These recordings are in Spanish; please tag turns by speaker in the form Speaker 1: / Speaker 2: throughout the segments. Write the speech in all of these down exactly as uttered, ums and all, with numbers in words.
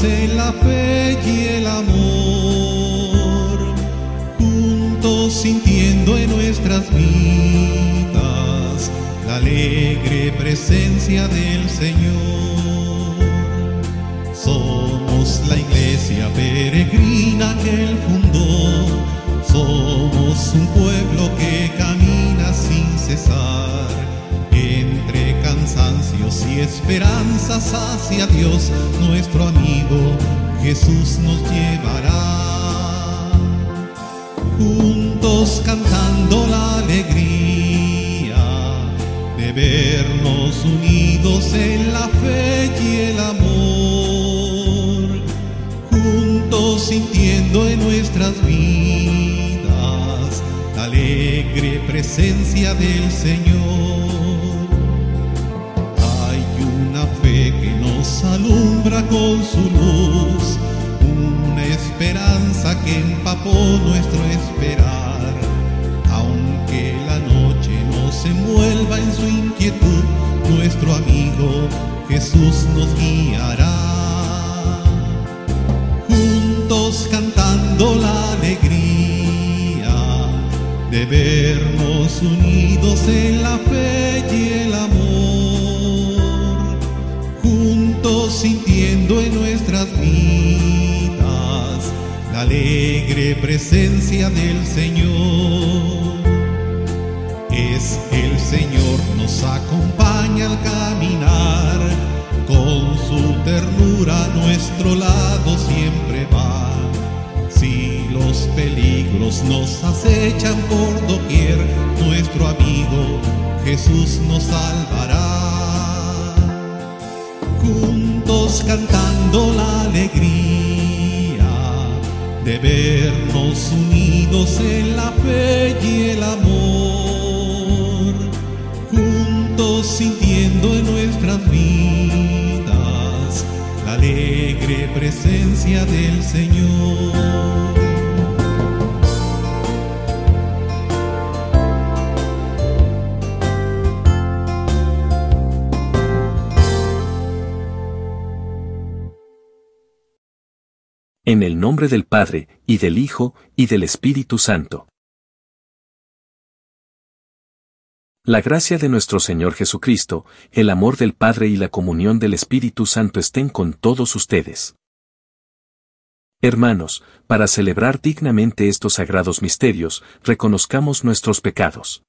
Speaker 1: unidos en la fe y el amor, juntos sintiendo en nuestras vidas la alegre presencia del Señor. Somos la iglesia peregrina que Él fundó, somos un pueblo que camina sin cesar, entre cansancios y esperanzas hacia Dios, nuestro amigo Jesús nos llevará. Juntos cantando la alegría de vernos unidos en la fe y el amor, juntos sintiendo en nuestras vidas la alegre presencia del Señor. Hay una fe que nos alumbra con su luz, una esperanza que empapó nuestro esperar. Aunque la noche nos envuelva en su inquietud, nuestro amigo Jesús nos guiará. Juntos cantando la alegría de vernos unidos en la fe y el amor, juntos sintiendo en nuestras vidas la alegre presencia del Señor. Es el Señor, nos acompaña al caminar, con su ternura a nuestro lado siempre va. Si los peligros nos acechan por doquier, nuestro amigo Jesús nos salvará. Juntos cantando la alegría de vernos unidos en la fe y el amor, juntos sintiendo en nuestras vidas la alegre presencia del Señor.
Speaker 2: En el nombre del Padre, y del Hijo, y del Espíritu Santo. La gracia de nuestro Señor Jesucristo, el amor del Padre y la comunión del Espíritu Santo estén con todos ustedes. Hermanos, para celebrar dignamente estos sagrados misterios, reconozcamos nuestros pecados.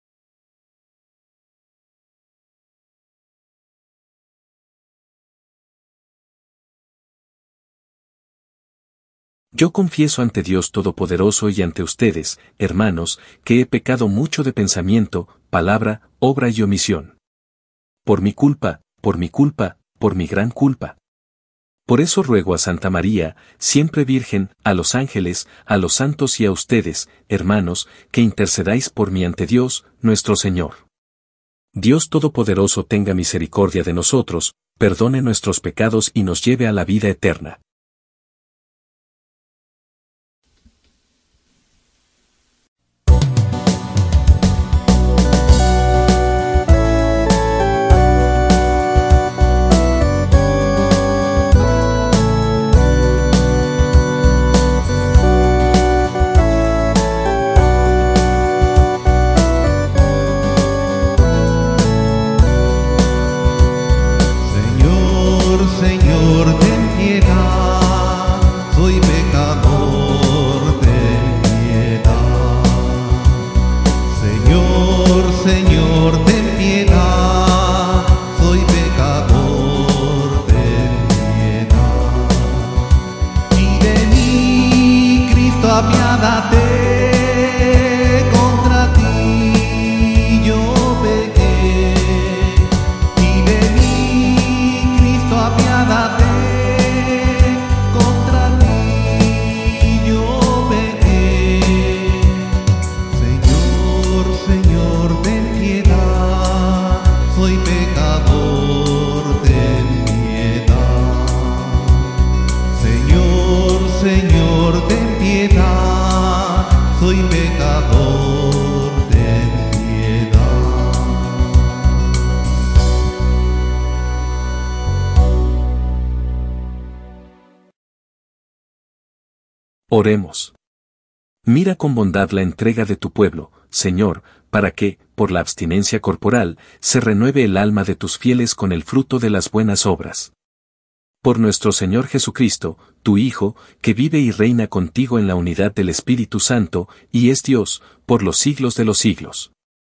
Speaker 2: Yo confieso ante Dios Todopoderoso y ante ustedes, hermanos, que he pecado mucho de pensamiento, palabra, obra y omisión. Por mi culpa, por mi culpa, por mi gran culpa. Por eso ruego a Santa María, siempre Virgen, a los ángeles, a los santos y a ustedes, hermanos, que intercedáis por mí ante Dios, nuestro Señor. Dios Todopoderoso tenga misericordia de nosotros, perdone nuestros pecados y nos lleve a la vida eterna.
Speaker 1: Señor, ten piedad, soy pecador, ten piedad. Señor, Señor, ten piedad, soy pecador, ten piedad. Y de mí, Cristo, apiádate, contra ti yo pequé. Y de mí, Cristo, apiádate, contra ti yo pequé. Señor, Señor, ten piedad, soy pecador, ten piedad. Señor, Señor, ten piedad, soy pecador, ten piedad.
Speaker 2: Oremos. Mira con bondad la entrega de tu pueblo, Señor, para que, por la abstinencia corporal, se renueve el alma de tus fieles con el fruto de las buenas obras. Por nuestro Señor Jesucristo, tu Hijo, que vive y reina contigo en la unidad del Espíritu Santo, y es Dios, por los siglos de los siglos.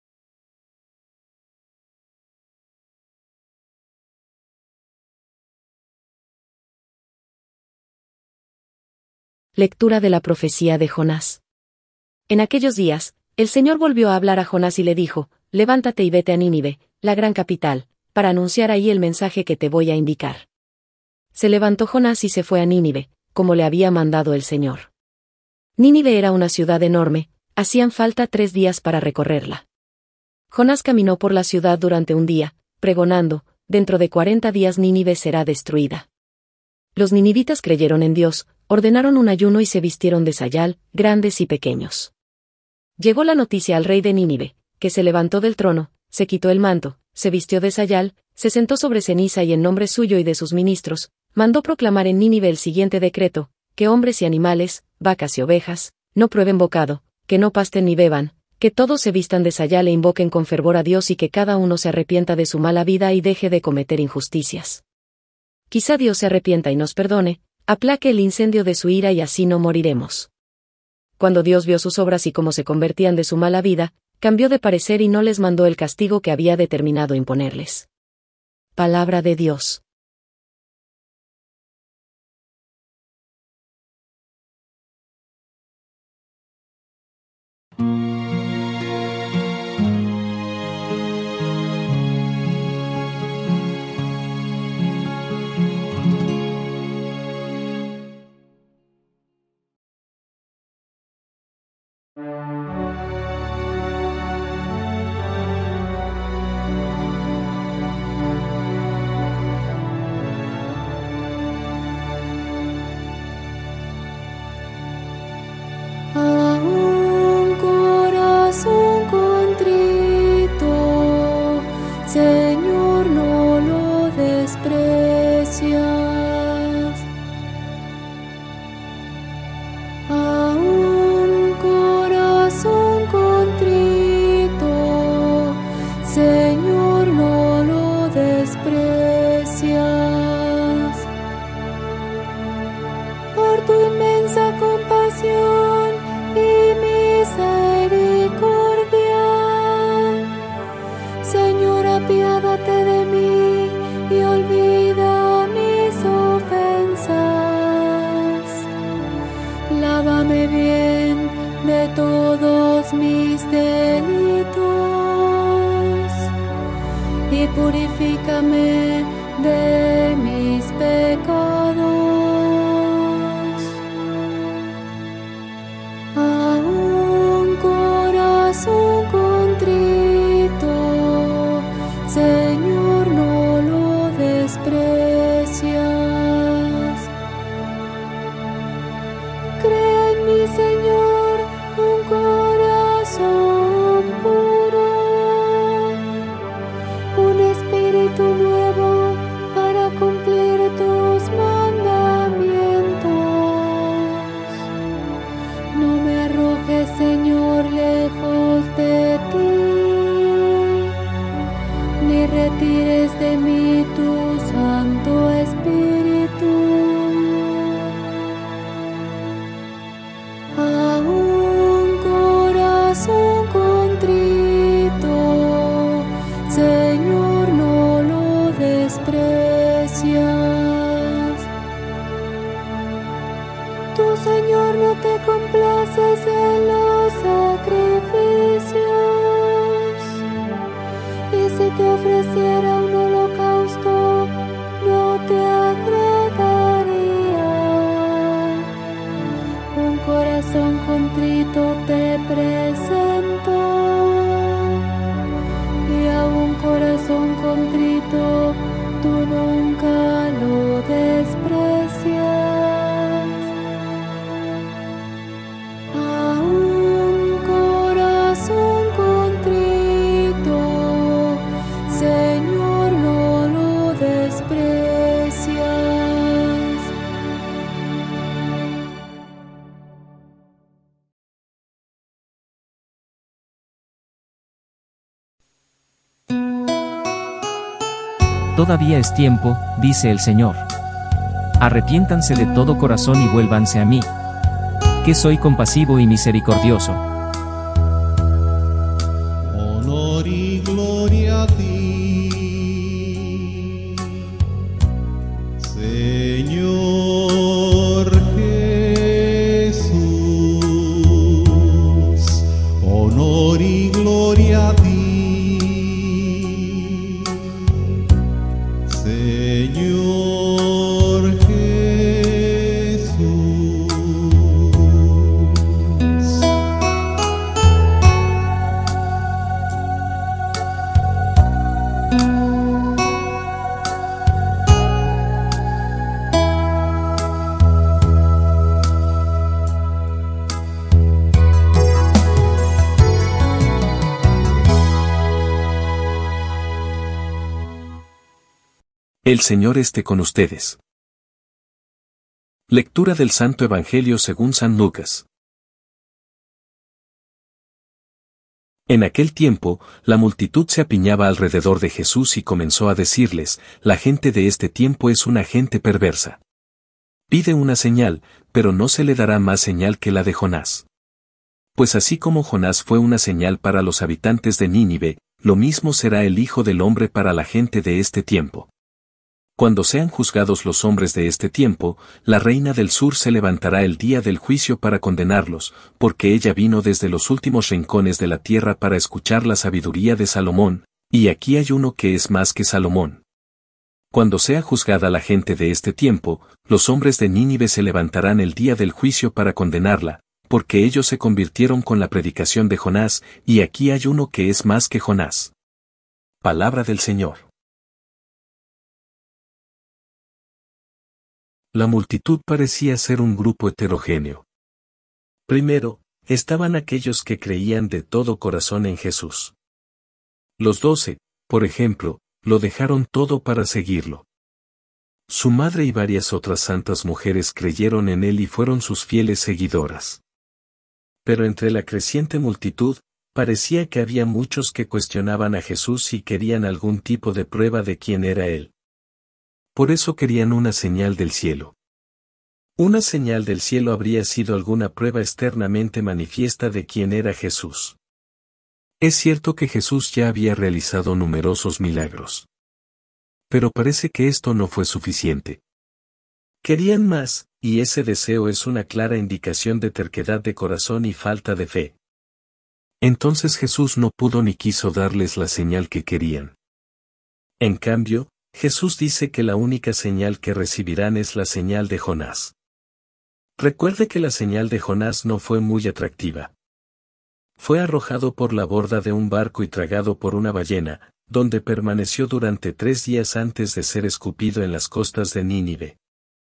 Speaker 3: Lectura de la profecía de Jonás. En aquellos días, el Señor volvió a hablar a Jonás y le dijo: levántate y vete a Nínive, la gran capital, para anunciar ahí el mensaje que te voy a indicar. Se levantó Jonás y se fue a Nínive, como le había mandado el Señor. Nínive era una ciudad enorme, hacían falta tres días para recorrerla. Jonás caminó por la ciudad durante un día, pregonando: dentro de cuarenta días Nínive será destruida. Los ninivitas creyeron en Dios, ordenaron un ayuno y se vistieron de sayal, grandes y pequeños. Llegó la noticia al rey de Nínive, que se levantó del trono, se quitó el manto, se vistió de sayal, se sentó sobre ceniza y en nombre suyo y de sus ministros, mandó proclamar en Nínive el siguiente decreto: que hombres y animales, vacas y ovejas, no prueben bocado, que no pasten ni beban, que todos se vistan de sayal e invoquen con fervor a Dios y que cada uno se arrepienta de su mala vida y deje de cometer injusticias. Quizá Dios se arrepienta y nos perdone, aplaque el incendio de su ira y así no moriremos. Cuando Dios vio sus obras y cómo se convertían de su mala vida, cambió de parecer y no les mandó el castigo que había determinado imponerles. Palabra de Dios.
Speaker 4: Purifícame de mis pecados. A un corazón contrito, Señor, no lo desprecias. Crea en mí, Señor, un corazón puro, un espíritu nuevo para cumplir tus mandamientos. No me arrojes, Señor, lejos de ti, ni retires de mí tu Santo Espíritu. A un corazón contrito, Señor, no lo desprecias. Tú, Señor, no te complaces en los sacrificios, y si te ofreciera un holocausto, no te agradaría. Un corazón contrito te presento, y a un corazón contrito tú nunca lo desprecias. A un corazón contrito, Señor,
Speaker 5: Todavía es tiempo, dice el Señor. Arrepiéntanse de todo corazón y vuélvanse a mí, que soy compasivo y misericordioso.
Speaker 1: Honor y gloria a ti, Señor Jesús. Honor y gloria a ti, Señor Jesús.
Speaker 2: El Señor esté con ustedes. Lectura del Santo Evangelio según San Lucas. En aquel tiempo, la multitud se apiñaba alrededor de Jesús y comenzó a decirles: la gente de este tiempo es una gente perversa. Pide una señal, pero no se le dará más señal que la de Jonás. Pues así como Jonás fue una señal para los habitantes de Nínive, lo mismo será el Hijo del Hombre para la gente de este tiempo. Cuando sean juzgados los hombres de este tiempo, la reina del sur se levantará el día del juicio para condenarlos, porque ella vino desde los últimos rincones de la tierra para escuchar la sabiduría de Salomón, y aquí hay uno que es más que Salomón. Cuando sea juzgada la gente de este tiempo, los hombres de Nínive se levantarán el día del juicio para condenarla, porque ellos se convirtieron con la predicación de Jonás, y aquí hay uno que es más que Jonás. Palabra del Señor. La multitud parecía ser un grupo heterogéneo. Primero, estaban aquellos que creían de todo corazón en Jesús. Los doce, por ejemplo, lo dejaron todo para seguirlo. Su madre y varias otras santas mujeres creyeron en él y fueron sus fieles seguidoras. Pero entre la creciente multitud, parecía que había muchos que cuestionaban a Jesús y querían algún tipo de prueba de quién era él. Por eso querían una señal del cielo. Una señal del cielo habría sido alguna prueba externamente manifiesta de quién era Jesús. Es cierto que Jesús ya había realizado numerosos milagros. Pero parece que esto no fue suficiente. Querían más, y ese deseo es una clara indicación de terquedad de corazón y falta de fe. Entonces Jesús no pudo ni quiso darles la señal que querían. En cambio, Jesús dice que la única señal que recibirán es la señal de Jonás. Recuerde que la señal de Jonás no fue muy atractiva. Fue arrojado por la borda de un barco y tragado por una ballena, donde permaneció durante tres días antes de ser escupido en las costas de Nínive.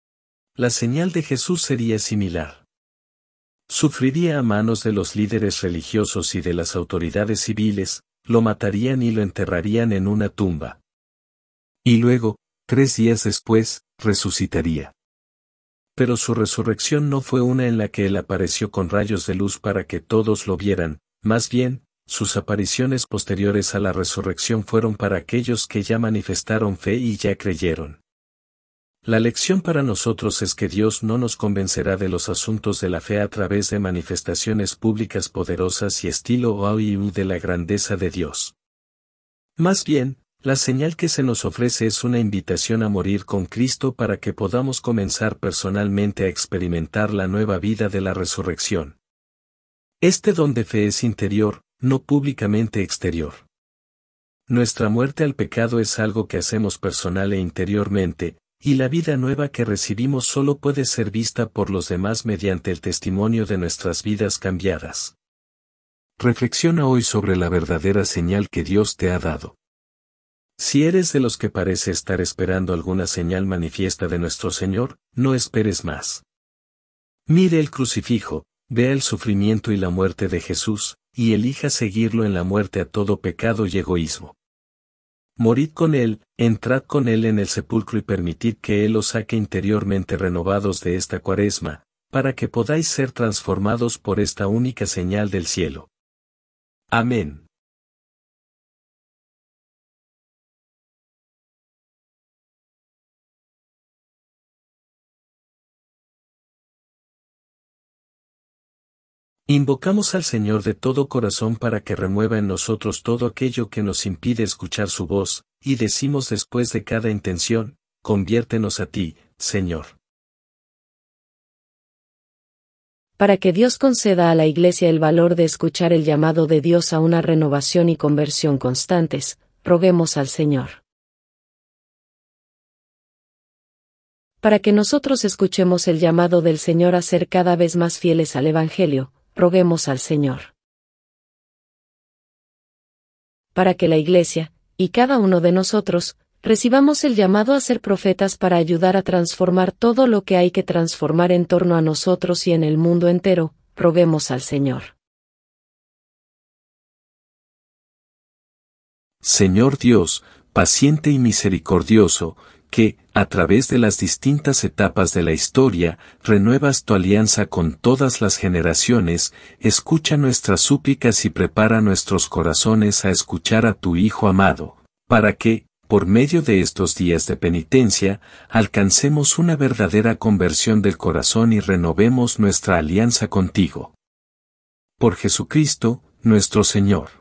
Speaker 2: La señal de Jesús sería similar. Sufriría a manos de los líderes religiosos y de las autoridades civiles, lo matarían y lo enterrarían en una tumba. Y luego, tres días después, resucitaría. Pero su resurrección no fue una en la que él apareció con rayos de luz para que todos lo vieran, más bien, sus apariciones posteriores a la resurrección fueron para aquellos que ya manifestaron fe y ya creyeron. La lección para nosotros es que Dios no nos convencerá de los asuntos de la fe a través de manifestaciones públicas poderosas y estilo wow y de la grandeza de Dios. Más bien, la señal que se nos ofrece es una invitación a morir con Cristo para que podamos comenzar personalmente a experimentar la nueva vida de la resurrección. Este don de fe es interior, no públicamente exterior. Nuestra muerte al pecado es algo que hacemos personal e interiormente, y la vida nueva que recibimos solo puede ser vista por los demás mediante el testimonio de nuestras vidas cambiadas. Reflexiona hoy sobre la verdadera señal que Dios te ha dado. Si eres de los que parece estar esperando alguna señal manifiesta de nuestro Señor, no esperes más. Mire el crucifijo, vea el sufrimiento y la muerte de Jesús, y elija seguirlo en la muerte a todo pecado y egoísmo. Morid con Él, entrad con Él en el sepulcro y permitid que Él os saque interiormente renovados de esta cuaresma, para que podáis ser transformados por esta única señal del cielo. Amén. Invocamos al Señor de todo corazón para que remueva en nosotros todo aquello que nos impide escuchar su voz, y decimos después de cada intención, conviértenos a ti, Señor.
Speaker 3: Para que Dios conceda a la Iglesia el valor de escuchar el llamado de Dios a una renovación y conversión constantes, roguemos al Señor. Para que nosotros escuchemos el llamado del Señor a ser cada vez más fieles al Evangelio, roguemos al Señor. Para que la Iglesia, y cada uno de nosotros, recibamos el llamado a ser profetas para ayudar a transformar todo lo que hay que transformar en torno a nosotros y en el mundo entero, roguemos al Señor.
Speaker 2: Señor Dios, paciente y misericordioso, que, a través de las distintas etapas de la historia, renuevas tu alianza con todas las generaciones, escucha nuestras súplicas y prepara nuestros corazones a escuchar a tu Hijo amado, para que, por medio de estos días de penitencia, alcancemos una verdadera conversión del corazón y renovemos nuestra alianza contigo. Por Jesucristo, nuestro Señor.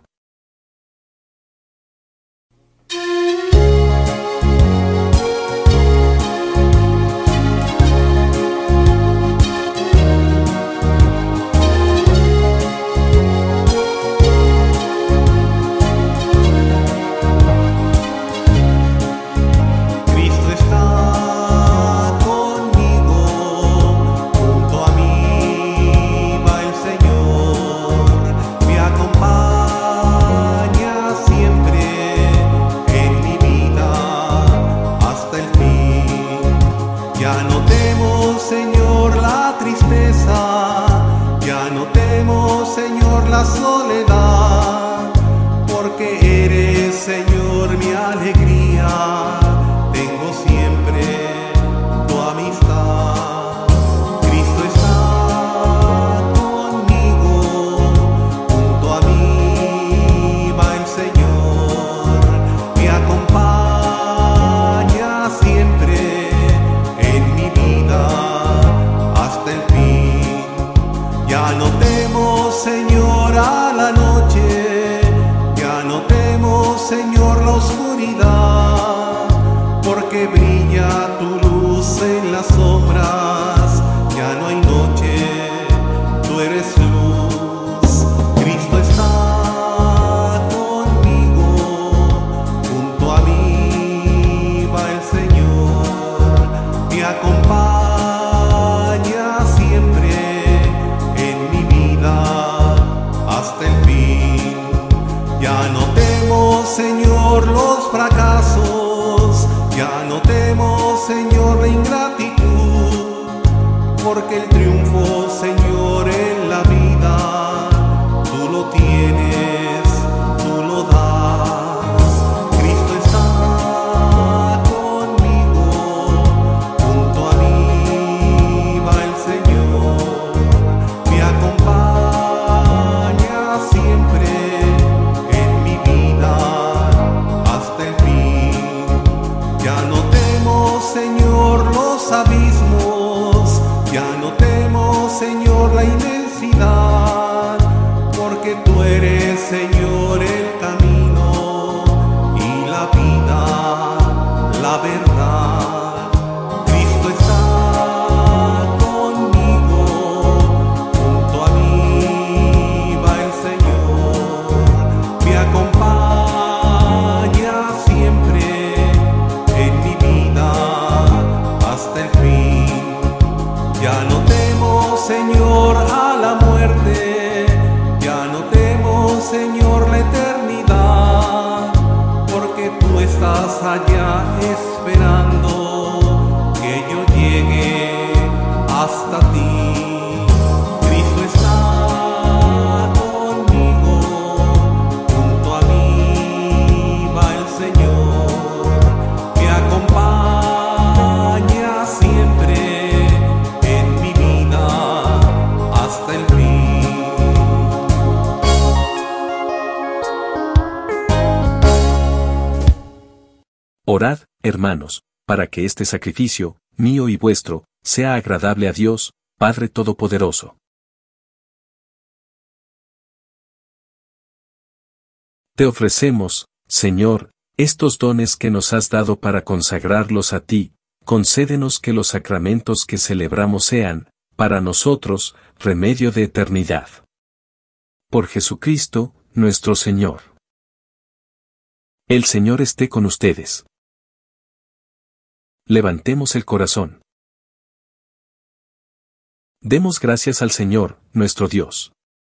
Speaker 1: La soledad, porque eres, Señor, mi alegría, tengo siempre tu amistad. Cristo está conmigo, junto a mí va el Señor, me acompaña siempre en mi vida hasta el fin. Ya no temo, Señor, a la noche, ya no temo, Señor, la oscuridad, porque brilla tu luz en las sombras, ya no hay noche, tú eres luz. Cristo está conmigo, junto a mí va el Señor, me acompaña siempre en mi vida hasta el fin. Ya no temo, Señor, los fracasos, ya no temo, Señor, la ingratitud, porque el triunfo, Señor, en la vida, tú lo tienes, tú lo das. Cristo está conmigo, junto a mí va el Señor, me acompaña siempre en mi vida hasta el fin. Ya no temo, Señor, los abismos, ya no temo, Señor, la inmensidad, porque tú eres, Señor, el camino y la vida, la verdad. Cristo está conmigo, junto a mí va el Señor, me acompaña siempre en mi vida hasta el fin. Ya no temo, Señor, a la muerte, ya no temo, Señor, la eternidad, porque tú estás allá esperando que yo llegue hasta ti. Cristo está conmigo, junto a mí va el Señor, me acompaña siempre en mi vida hasta el fin.
Speaker 2: Orad, hermanos, para que este sacrificio, mío y vuestro, sea agradable a Dios, Padre Todopoderoso. Te ofrecemos, Señor, estos dones que nos has dado para consagrarlos a ti, concédenos que los sacramentos que celebramos sean, para nosotros, remedio de eternidad. Por Jesucristo, nuestro Señor. El Señor esté con ustedes. Levantemos el corazón. Demos gracias al Señor, nuestro Dios.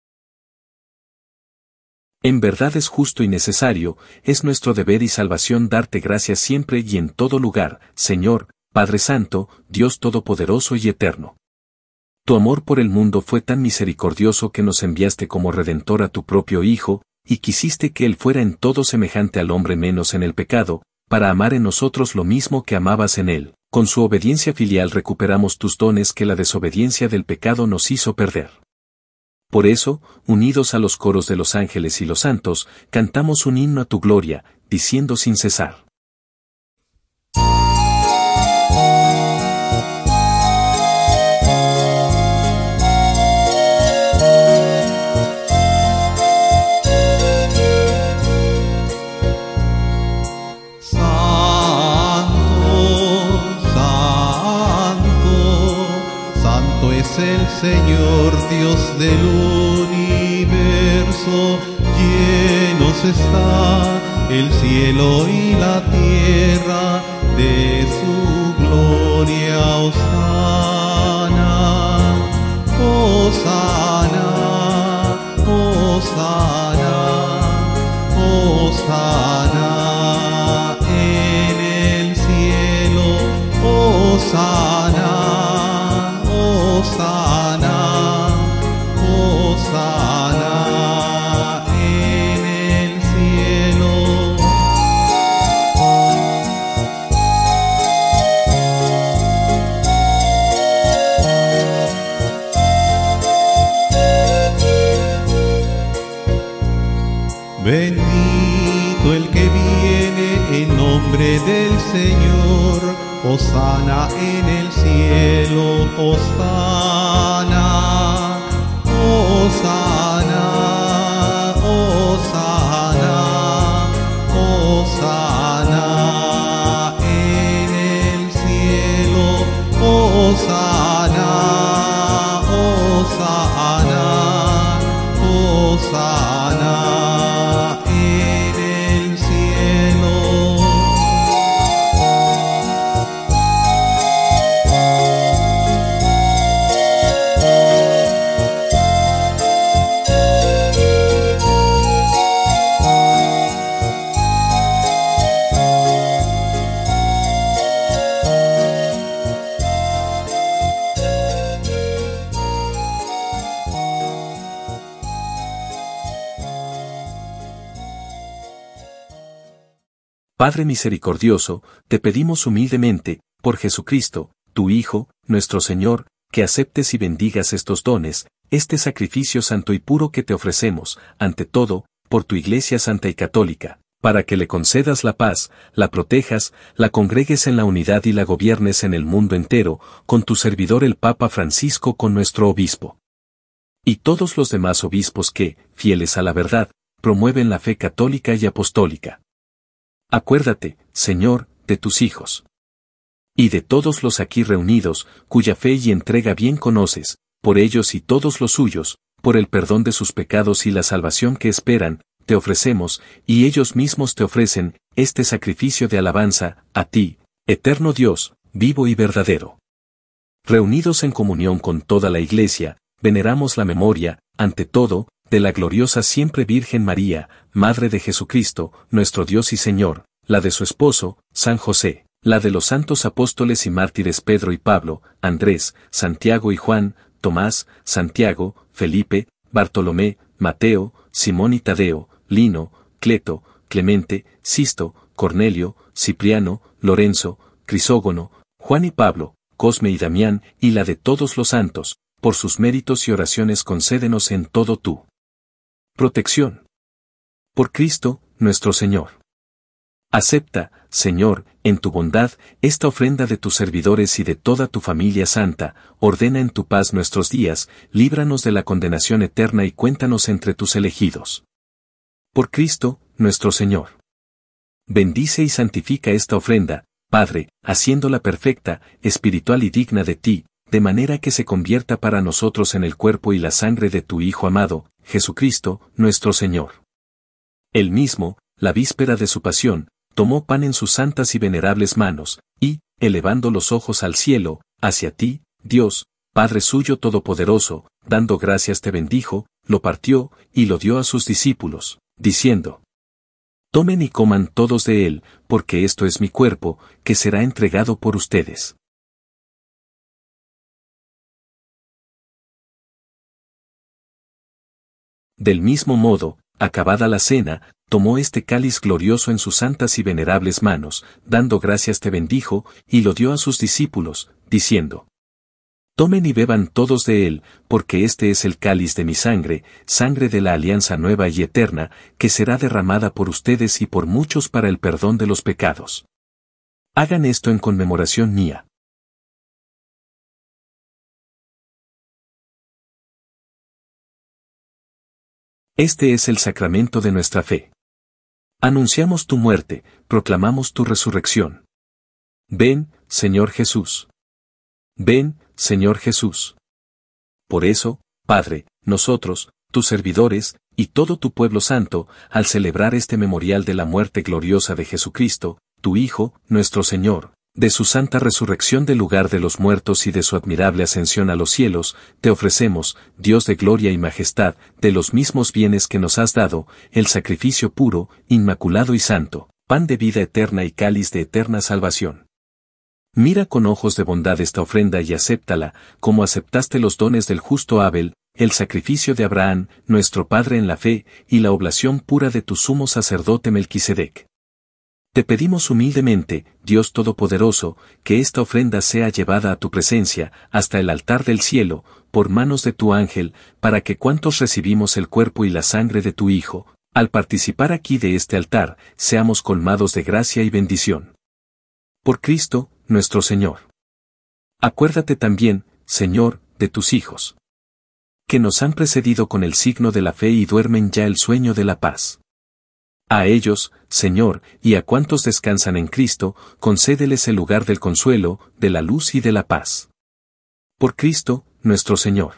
Speaker 2: En verdad es justo y necesario, es nuestro deber y salvación darte gracias siempre y en todo lugar, Señor, Padre Santo, Dios Todopoderoso y Eterno. Tu amor por el mundo fue tan misericordioso que nos enviaste como Redentor a tu propio Hijo, y quisiste que Él fuera en todo semejante al hombre menos en el pecado, para amar en nosotros lo mismo que amabas en Él. Con su obediencia filial recuperamos tus dones que la desobediencia del pecado nos hizo perder. Por eso, unidos a los coros de los ángeles y los santos, cantamos un himno a tu gloria, diciendo sin cesar.
Speaker 1: Es el Señor Dios del universo, llenos está el cielo y la tierra de su gloria. Hosana, Hosana, Hosana, Hosana en el cielo, Hosana. Hosana, Hosana en el cielo. Bendito el que viene en nombre del Señor. Hosana en el cielo, Hosana, Hosana, Hosana, Hosana en el cielo, Hosana, Hosana, Hosana en el cielo.
Speaker 2: Padre misericordioso, te pedimos humildemente, por Jesucristo, tu Hijo, nuestro Señor, que aceptes y bendigas estos dones, este sacrificio santo y puro que te ofrecemos, ante todo, por tu Iglesia santa y católica, para que le concedas la paz, la protejas, la congregues en la unidad y la gobiernes en el mundo entero, con tu servidor el Papa Francisco con nuestro obispo. Y todos los demás obispos que, fieles a la verdad, promueven la fe católica y apostólica. Acuérdate, Señor, de tus hijos. Y de todos los aquí reunidos, cuya fe y entrega bien conoces, por ellos y todos los suyos, por el perdón de sus pecados y la salvación que esperan, te ofrecemos, y ellos mismos te ofrecen, este sacrificio de alabanza, a ti, eterno Dios, vivo y verdadero. Reunidos en comunión con toda la Iglesia, veneramos la memoria, ante todo, de la gloriosa siempre Virgen María, Madre de Jesucristo, nuestro Dios y Señor, la de su esposo, San José, la de los santos apóstoles y mártires Pedro y Pablo, Andrés, Santiago y Juan, Tomás, Santiago, Felipe, Bartolomé, Mateo, Simón y Tadeo, Lino, Cleto, Clemente, Sisto, Cornelio, Cipriano, Lorenzo, Crisógono, Juan y Pablo, Cosme y Damián, y la de todos los santos, por sus méritos y oraciones concédenos en todo tú. Protección. Por Cristo, nuestro Señor. Acepta, Señor, en tu bondad, esta ofrenda de tus servidores y de toda tu familia santa, ordena en tu paz nuestros días, líbranos de la condenación eterna y cuéntanos entre tus elegidos. Por Cristo, nuestro Señor. Bendice y santifica esta ofrenda, Padre, haciéndola perfecta, espiritual y digna de ti, de manera que se convierta para nosotros en el cuerpo y la sangre de tu Hijo amado, Jesucristo, nuestro Señor. Él mismo, la víspera de su pasión, tomó pan en sus santas y venerables manos, y, elevando los ojos al cielo, hacia ti, Dios, Padre suyo todopoderoso, dando gracias te bendijo, lo partió, y lo dio a sus discípulos, diciendo: Tomen y coman todos de él, porque esto es mi cuerpo, que será entregado por ustedes. Del mismo modo, acabada la cena, tomó este cáliz glorioso en sus santas y venerables manos, dando gracias te bendijo, y lo dio a sus discípulos, diciendo: Tomen y beban todos de él, porque este es el cáliz de mi sangre, sangre de la alianza nueva y eterna, que será derramada por ustedes y por muchos para el perdón de los pecados. Hagan esto en conmemoración mía. Este es el sacramento de nuestra fe. Anunciamos tu muerte, proclamamos tu resurrección. Ven, Señor Jesús. Ven, Señor Jesús. Por eso, Padre, nosotros, tus servidores, y todo tu pueblo santo, al celebrar este memorial de la muerte gloriosa de Jesucristo, tu Hijo, nuestro Señor, de su santa resurrección del lugar de los muertos y de su admirable ascensión a los cielos, te ofrecemos, Dios de gloria y majestad, de los mismos bienes que nos has dado, el sacrificio puro, inmaculado y santo, pan de vida eterna y cáliz de eterna salvación. Mira con ojos de bondad esta ofrenda y acéptala, como aceptaste los dones del justo Abel, el sacrificio de Abraham, nuestro Padre en la fe, y la oblación pura de tu sumo sacerdote Melquisedec. Te pedimos humildemente, Dios Todopoderoso, que esta ofrenda sea llevada a tu presencia, hasta el altar del cielo, por manos de tu ángel, para que cuantos recibimos el cuerpo y la sangre de tu Hijo, al participar aquí de este altar, seamos colmados de gracia y bendición. Por Cristo, nuestro Señor. Acuérdate también, Señor, de tus hijos, que nos han precedido con el signo de la fe y duermen ya el sueño de la paz. A ellos, Señor, y a cuantos descansan en Cristo, concédeles el lugar del consuelo, de la luz y de la paz. Por Cristo, nuestro Señor.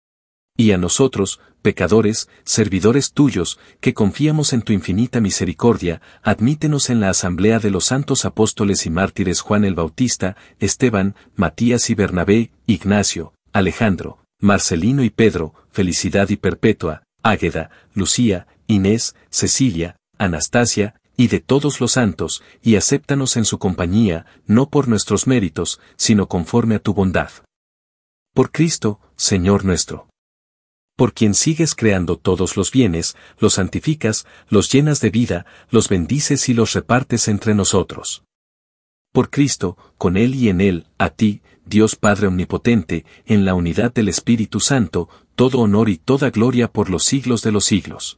Speaker 2: Y a nosotros, pecadores, servidores tuyos, que confiamos en tu infinita misericordia, admítenos en la asamblea de los santos apóstoles y mártires Juan el Bautista, Esteban, Matías y Bernabé, Ignacio, Alejandro, Marcelino y Pedro, Felicidad y Perpetua, Águeda, Lucía, Inés, Cecilia, Anastasia, y de todos los santos, y acéptanos en su compañía, no por nuestros méritos, sino conforme a tu bondad. Por Cristo, Señor nuestro. Por quien sigues creando todos los bienes, los santificas, los llenas de vida, los bendices y los repartes entre nosotros. Por Cristo, con Él y en Él, a ti, Dios Padre Omnipotente, en la unidad del Espíritu Santo, todo honor y toda gloria por los siglos de los siglos.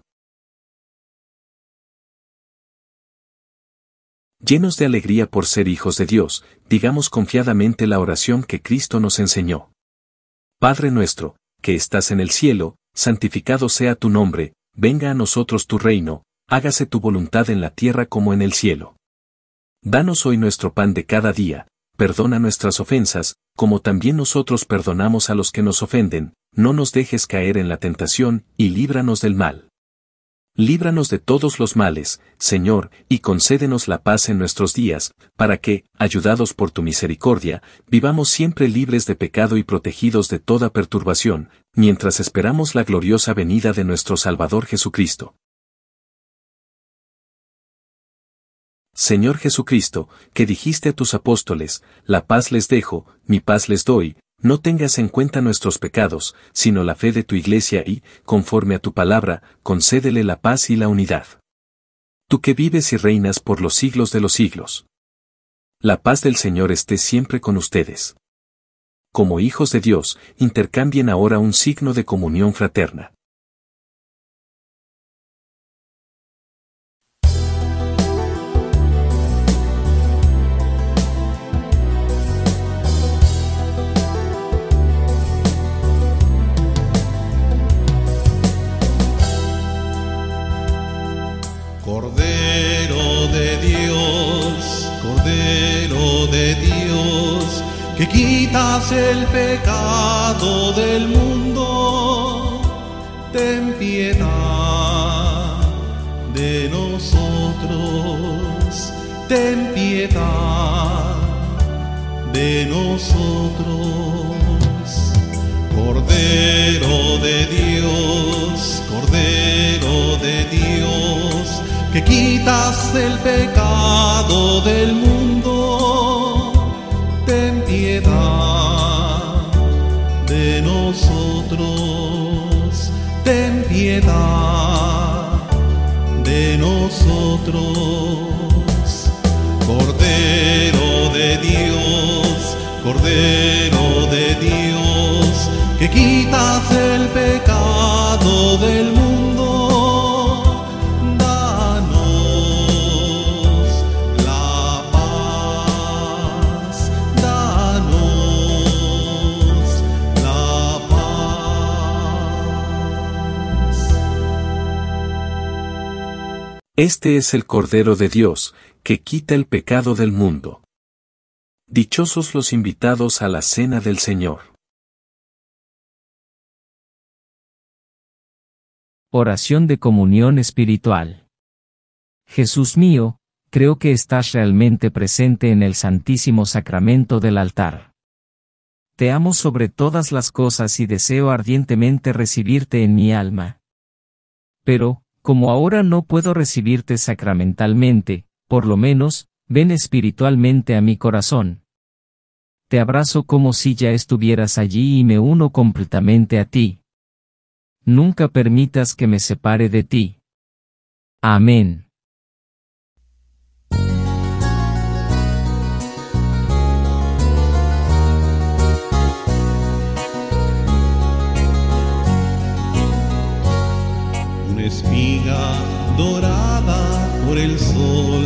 Speaker 2: Llenos de alegría por ser hijos de Dios, digamos confiadamente la oración que Cristo nos enseñó. Padre nuestro, que estás en el cielo, santificado sea tu nombre, venga a nosotros tu reino, hágase tu voluntad en la tierra como en el cielo. Danos hoy nuestro pan de cada día, perdona nuestras ofensas, como también nosotros perdonamos a los que nos ofenden, no nos dejes caer en la tentación, y líbranos del mal. Líbranos de todos los males, Señor, y concédenos la paz en nuestros días, para que, ayudados por tu misericordia, vivamos siempre libres de pecado y protegidos de toda perturbación, mientras esperamos la gloriosa venida de nuestro Salvador Jesucristo. Señor Jesucristo, que dijiste a tus apóstoles, la paz les dejo, mi paz les doy, no tengas en cuenta nuestros pecados, sino la fe de tu Iglesia y, conforme a tu palabra, concédele la paz y la unidad. Tú que vives y reinas por los siglos de los siglos. La paz del Señor esté siempre con ustedes. Como hijos de Dios, intercambien ahora un signo de comunión fraterna.
Speaker 1: Cordero que quitas el pecado del mundo, ten piedad de nosotros, ten piedad de nosotros. Cordero de Dios, Cordero de Dios, que quitas el pecado del mundo, ten piedad de nosotros, ten piedad de nosotros. Cordero de Dios, Cordero de Dios, que quitas el pecado del mundo, danos la paz, danos la paz.
Speaker 2: Este es el Cordero de Dios, que quita el pecado del mundo. Dichosos los invitados a la cena del Señor.
Speaker 5: Oración de comunión espiritual. Jesús mío, creo que estás realmente presente en el Santísimo Sacramento del altar. Te amo sobre todas las cosas y deseo ardientemente recibirte en mi alma. Pero, como ahora no puedo recibirte sacramentalmente, por lo menos, ven espiritualmente a mi corazón. Te abrazo como si ya estuvieras allí y me uno completamente a ti. Nunca permitas que me separe de ti. Amén.
Speaker 1: Una espiga dorada por el sol,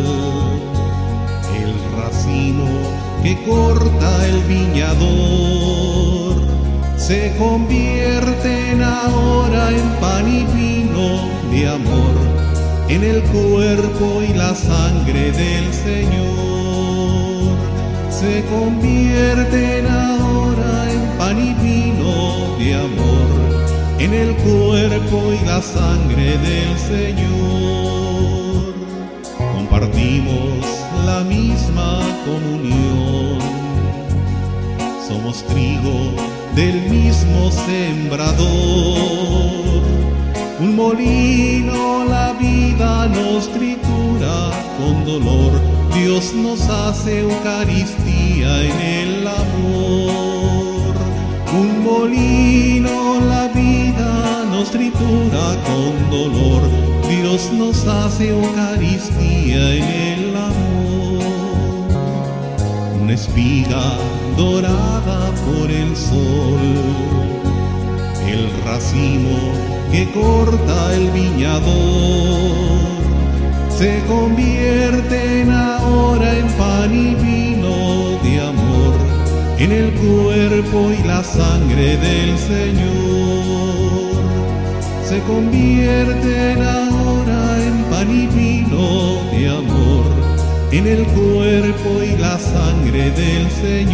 Speaker 1: el racimo que corta el viñador, se convierten ahora en pan y vino de amor, en el cuerpo y la sangre del Señor. Se convierten ahora en pan y vino de amor, en el cuerpo y la sangre del Señor. Compartimos la misma comunión, somos trigo del mismo sembrador. Un molino la vida nos tritura con dolor, Dios nos hace Eucaristía en el amor. Un molino la vida nos tritura con dolor, Dios nos hace Eucaristía en el amor. Una espiga dorada por el sol, el racimo que corta el viñador, se convierten ahora en pan y vino de amor, en el cuerpo y la sangre del Señor. Se convierten ahora en pan y vino de amor, en el cuerpo y la sangre del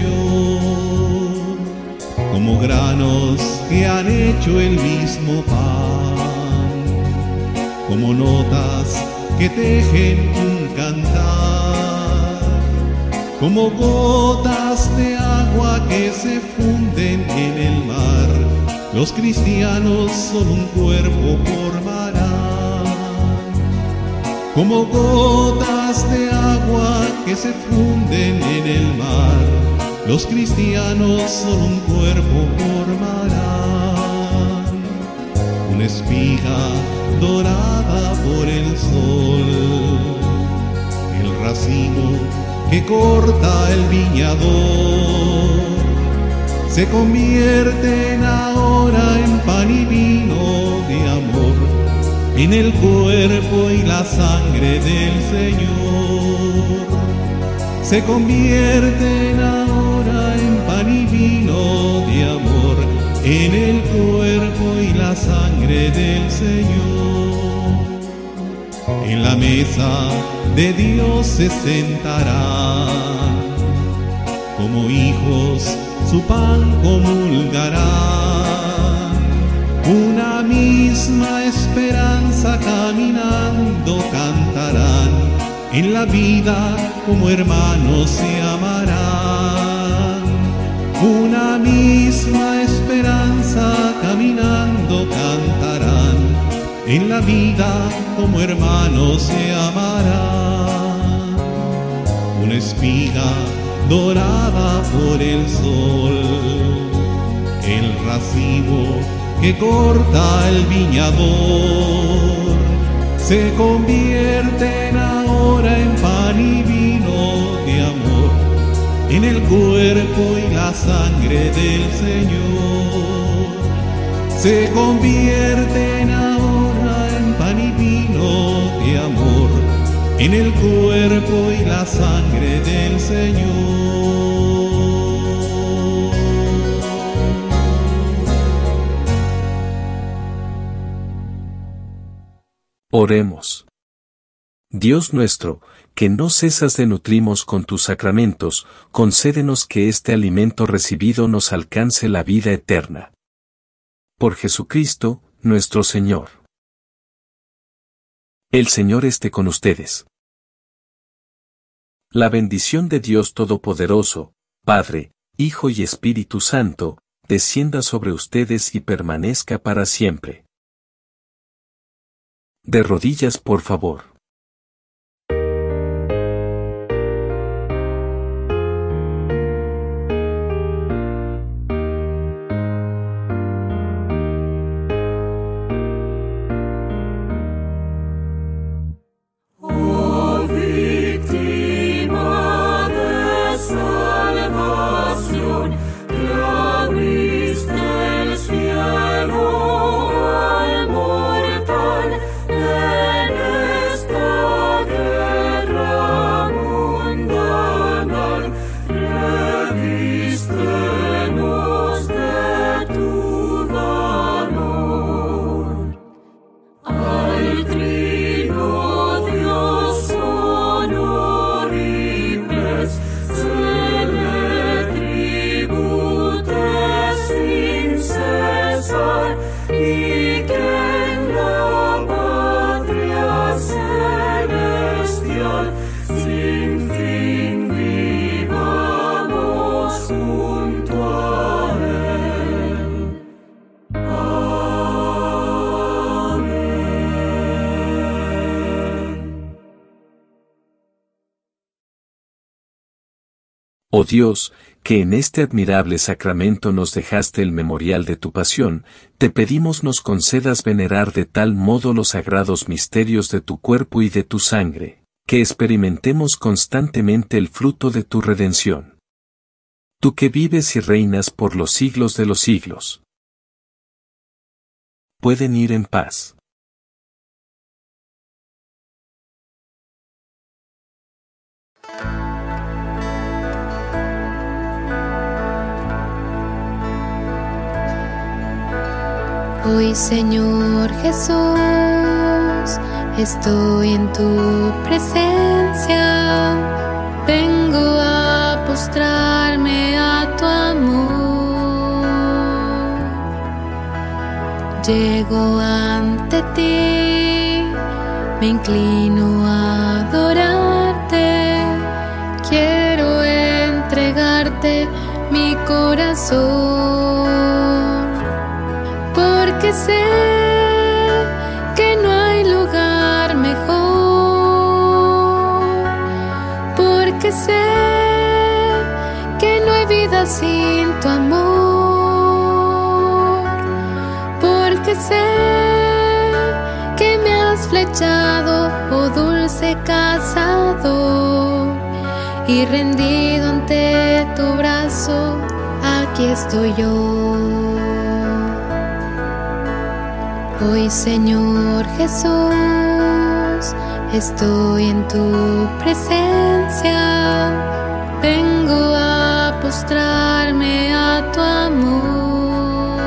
Speaker 1: Señor. Como granos que han hecho el mismo pan, como notas que tejen un cantar, como gotas de agua que se funden en el mar, los cristianos son un cuerpo formarán. Como gotas de agua que se funden en el mar, los cristianos son un cuerpo formarán. Una espiga dorada por el sol, el racimo que corta el viñador, se convierten ahora en pan y vino de amor, en el cuerpo y la sangre del Señor. Se convierten ahora en pan y vino de amor, en el cuerpo y la sangre del Señor. En la mesa de Dios se sentarán como hijos su pan comulgarán. Una misma esperanza caminando cantarán, en la vida como hermanos se amarán. Una misma esperanza caminando cantarán, en la vida como hermanos se amarán. Una espiga dorada por el sol, el racimo que corta el viñador, se convierten ahora en pan y vino de amor, en el cuerpo y la sangre del Señor. Se convierten ahora en pan y vino de amor, en el cuerpo y la sangre del Señor.
Speaker 2: Oremos. Dios nuestro, que no cesas de nutrirnos con tus sacramentos, concédenos que este alimento recibido nos alcance la vida eterna. Por Jesucristo, nuestro Señor. El Señor esté con ustedes. La bendición de Dios Todopoderoso, Padre, Hijo y Espíritu Santo, descienda sobre ustedes y permanezca para siempre. De rodillas, por favor. Oh Dios, que en este admirable sacramento nos dejaste el memorial de tu pasión, te pedimos nos concedas venerar de tal modo los sagrados misterios de tu cuerpo y de tu sangre, que experimentemos constantemente el fruto de tu redención. Tú que vives y reinas por los siglos de los siglos. Pueden ir en paz.
Speaker 4: Hoy, Señor Jesús, estoy en tu presencia. Vengo a postrarme a tu amor. Llego ante ti, me inclino a adorarte. Quiero entregarte mi corazón. Porque sé que no hay lugar mejor, porque sé que no hay vida sin tu amor, porque sé que me has flechado, oh dulce cazador, y rendido ante tu brazo, aquí estoy yo. Hoy, Señor Jesús, estoy en tu presencia. Vengo a postrarme a tu amor.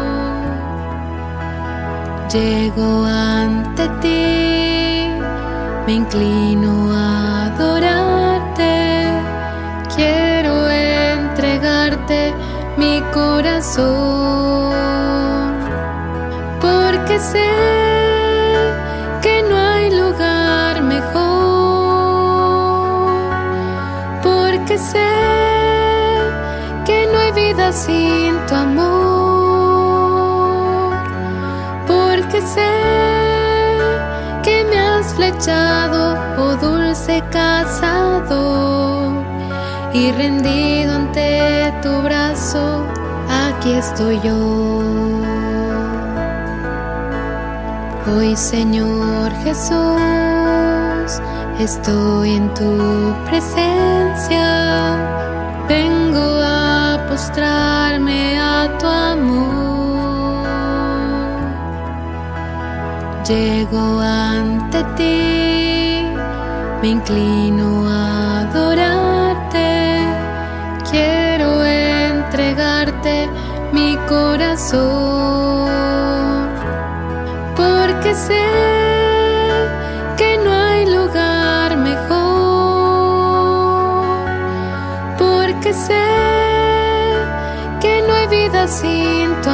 Speaker 4: Llego ante ti, me inclino a adorarte. Quiero corazón, porque sé que no hay lugar mejor, porque sé que no hay vida sin tu amor, porque sé que me has flechado, oh dulce cazador, y rendido ante tu brazo, aquí estoy yo. Hoy, Señor Jesús, estoy en tu presencia, vengo a postrarme a tu amor. Llego ante ti, me inclino a adorarte, quiero entregarte mi corazón, porque sé que no hay lugar mejor, porque sé que no hay vida sin tu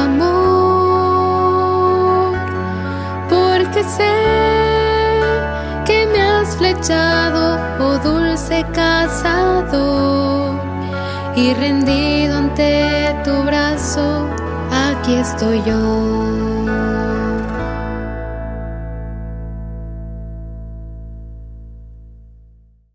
Speaker 4: amor, porque sé que me has flechado, oh dulce cazador, y rendido ante tu brazo, aquí estoy yo.